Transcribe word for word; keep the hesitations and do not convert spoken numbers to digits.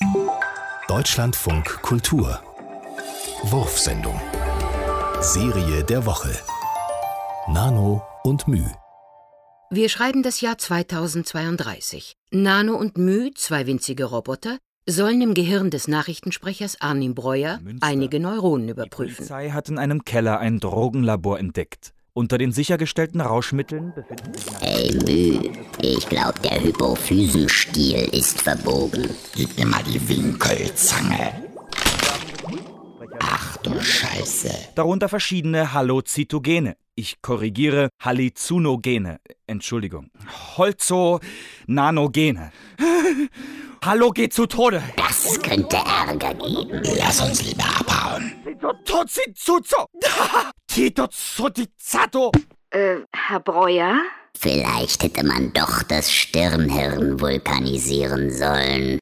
Deutschlandfunk Kultur Wurfsendung Serie der Woche Nano und Mü. Wir schreiben das Jahr zweitausendzweiunddreißig. Nano und Mü, zwei winzige Roboter, sollen im Gehirn des Nachrichtensprechers Arnim Breuer Münster. einige Neuronen überprüfen. Die Polizei hat in einem Keller ein Drogenlabor entdeckt. Unter den sichergestellten Rauschmitteln befinden sich... Ey, Mü, ich glaub, der Hypophysenstiel ist verbogen. Gib mir mal die Winkelzange. Ach du Scheiße. Darunter verschiedene Halluzitogene. Ich korrigiere, Halluzinogene. Entschuldigung. Holzo-Nanogene. Hallo geht zu Tode. Das könnte Ärger geben. Lass uns lieber abhauen. Äh, Herr Breuer? Vielleicht hätte man doch das Stirnhirn vulkanisieren sollen.